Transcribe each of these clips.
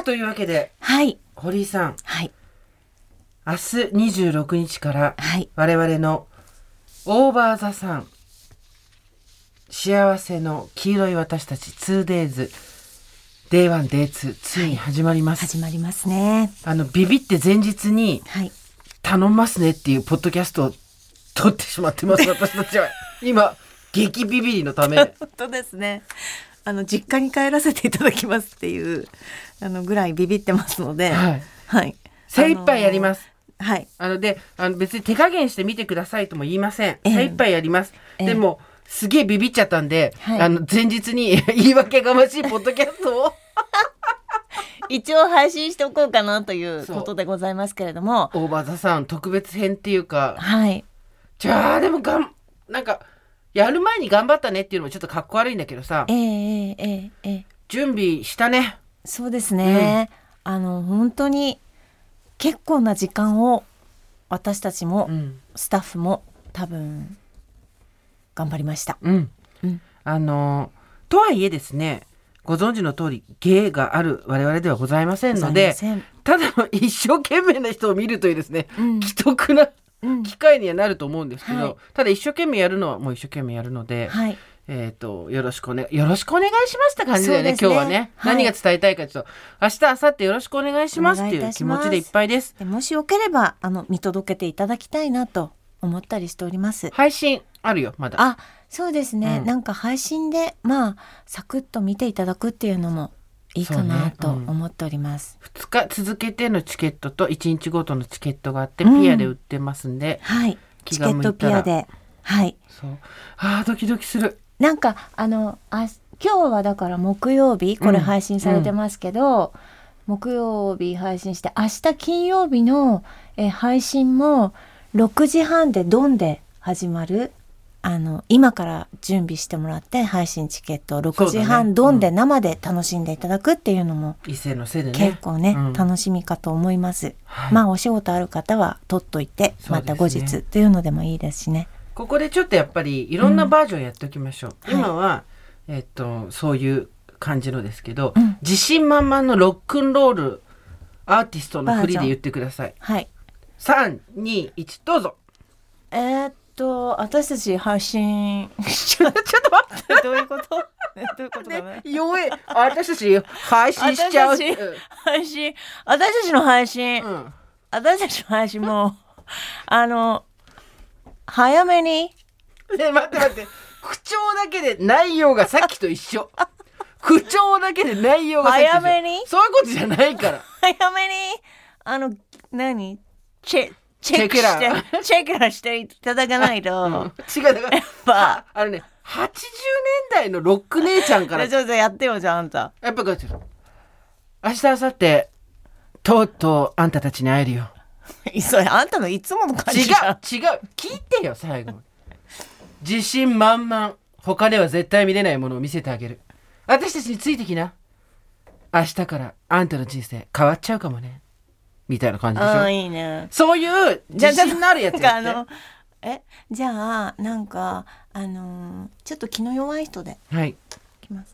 あというわけで、 はい。 堀井さん、 はい。 明日26日からはい。 我々のオーバーザさん幸せの黄色い私たち 2days Day1 Day2 ついに始まります、 始まりますね。 ビビって前日にはい。 頼みますねっていうポッドキャストを撮ってしまってます私たちは今激ビビりのため本当ですね。実家に帰らせていただきますっていうぐらいビビってますので、 はい、 はい、 精一杯やります。 はい。 別に手加減して見てくださいとも言いません。 ええ精一杯やります。でもすげえビビっちゃったんで、 はい、 前日に言い訳がましいポッドキャストを一応配信しておこうかなということでございますけれども、 オーバーザさん特別編っていうか、 はい。 じゃあでもなんかやる前に頑張ったねっていうのもちょっとかっこ悪いんだけどさ、準備したね。 そうですね、本当に結構な時間を私たちも、スタッフも多分頑張りました、 とはいえですね、ご存知の通り芸がある我々ではございませんので、ただの一生懸命な人を見るというですね、既得な機会にはなると思うんですけど、ただ一生懸命やるのはもう一生懸命やるので、よろしくお願いしますって感じだよね。今日はね、何が伝えたいかというと、明日明後日よろしくお願いしますっていう気持ちでいっぱいです。 もしよければ見届けていただきたいなと思ったりしております。 配信あるよまだ。 そうですね、なんか配信でサクッと見ていただくっていうのもいいかなと思っております、 2日続けてのチケットと1日ごとのチケットがあって、ピアで売ってますんで、 チケットピアで、 ドキドキする。 なんか今日はだから木曜日これ配信されてますけど、木曜日配信して明日金曜日の配信も6時半でドンで始まる、今から準備してもらって配信チケットを6時半ドンで生で楽しんでいただくっていうのも一斉のせいでね、 結構ね、楽しみかと思います、お仕事ある方は取っといて、また後日っていうのでもいいですしね。 ここでちょっとやっぱりいろんなバージョンやっておきましょう、今は、そういう感じのですけど、自信満々のロックンロールアーティストの振りで言ってください。3、2、1どうぞ。 私たち配信ちょっと待ってどういうことどういうことかな、 弱い。私たち配信しちゃう。 私たちの配信、私たちの配信も早めに。 待って口調だけで内容がさっきと一緒口調だけで内容がさっきと一緒。 早めにそういうことじゃないから。 早めに何チェックしていただかないと、 違う、だからやっぱ80年代のロック姉ちゃんからちょっとやってよ、じゃああんた。 やっぱこうやって明日明後日とうとうあんたたちに会えるよ。 それあんたのいつもの感じじゃん。 違う聞いてよ最後。自信満々、他では絶対見れないものを見せてあげる。私たちについてきな。明日からあんたの人生変わっちゃうかもね、みたいな感じでしょ。 いいね。 そういう自信のあるやつやってじゃあなんかちょっと気の弱い人でいきます。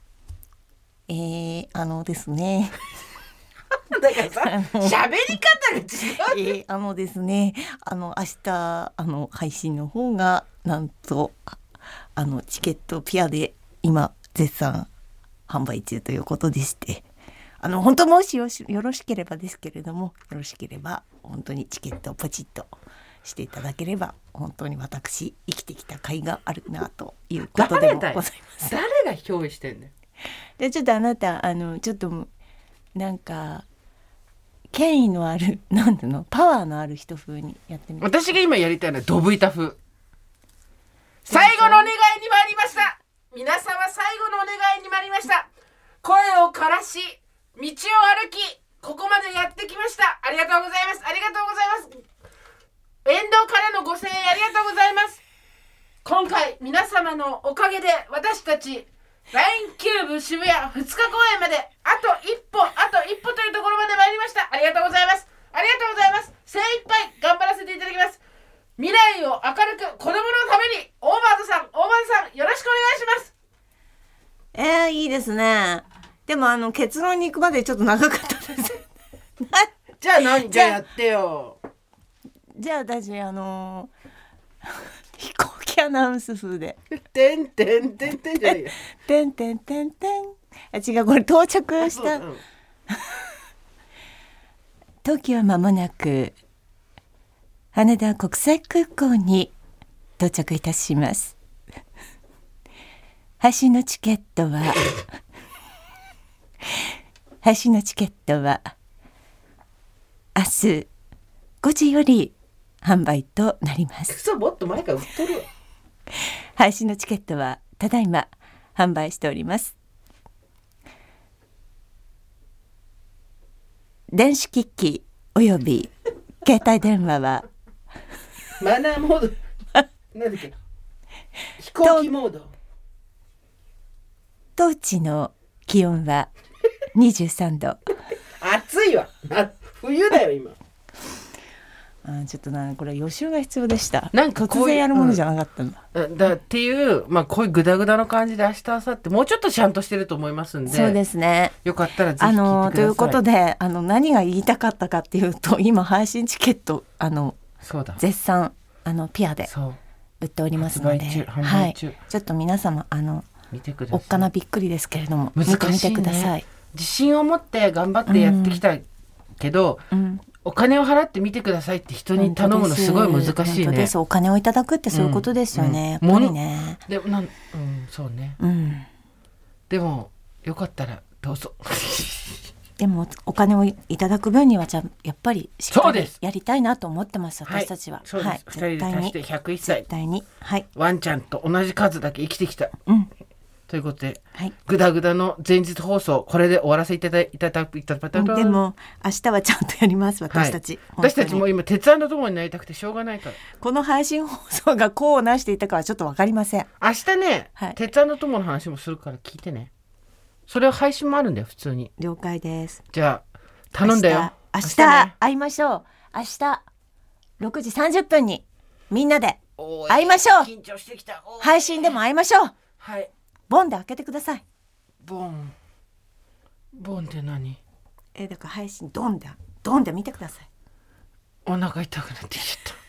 ですねだからさ、喋り方が違う。 ですね、明日配信の方がなんとチケットピアで今絶賛販売中ということでして、本当もしよろしければですけれども、よろしければ本当にチケットをポチッとしていただければ、本当に私生きてきた甲斐があるなということでもございます。 誰が憑依してんねん。 でちょっとあなたちょっとなんか権威のあるなんていうのパワーのある人風にやってみて。 私が今やりたいのはドブ板風。最後のお願いに参りました。皆様最後のお願いに参りました。声を枯らし道を歩きここまでやってきました。ありがとうございます。ありがとうございます。沿道からのご声援ありがとうございます。今回皆様のおかげで私たちラインキューブ渋谷2日公演まであと一歩というところまで参りました。ありがとうございます。ありがとうございます。精一杯頑張らせていただきます。未来を明るく子供のためにオーバーズさんよろしくお願いします。 いいですね。 でも結論に行くまでちょっと長かったですじゃあ何じゃあやってよ。 じゃあ私飛行機アナウンス風でてんてんてんてんじゃないよ。 てんてんてんてん。あ、違う、これ到着した。東京は間もなく羽田国際空港に到着いたします。配信のチケットは明日明日5時より販売となります。 嘘、もっと前から売っとるよ。 配信のチケットはただいま販売しております。電子機器および携帯電話はマナーモードなんだっけ、飛行機モード。 当地の気温は23度。 暑いわ。冬だよ今。 ちょっとこれ予習が必要でした。 なんか突然やるものじゃなかったんだ。 だっていう、こういうグダグダの感じで明日明後日もうちょっとちゃんとしてると思いますんで。 そうですね。 よかったらぜひ聞いてください。 ということで何が言いたかったかっていうと、今配信チケットそうだ、 絶賛ピアで売っておりますので、 販売中、 ちょっと皆様見てください。 おっかなびっくりですけれども、 難しいね、 見てください。 自信を持って頑張ってやってきたけど、お金を払って見てくださいって人に頼むのすごい難しいね。 お金をいただくってそういうことですよね、やっぱりね。 でもそうね、でもよかったらどうぞでもお金をいただく分にはやっぱりしっかりやりたいなと思ってます、私たちは。 そうです、2人で足して101歳、 絶対に、 ワンちゃんと同じ数だけ生きてきた、ということで、グダグダの前日放送これで終わらせていただく。 でも明日はちゃんとやります、私たち。 私たちも今鉄腕の友になりたくてしょうがないから。 この配信放送が功をなしていたかはちょっと分かりません。 明日ね、鉄腕の友の話もするから聞いてね。それは配信もあるんだよ普通に。 了解です。 じゃあ頼んだよ。 明日会いましょう。明日6時30分にみんなで会いましょう。 緊張してきた。 配信でも会いましょう。 はい。 ボンで開けてください。 ボンって何？ だから配信ドンで見てください。 お腹痛くなってきちゃった。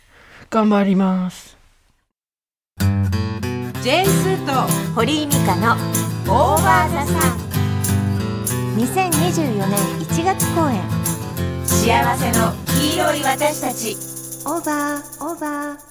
頑張ります。ジェイスーと堀井美香のオーバーザさん。2024年1月公演、 幸せの黄色い私たち。 オーバー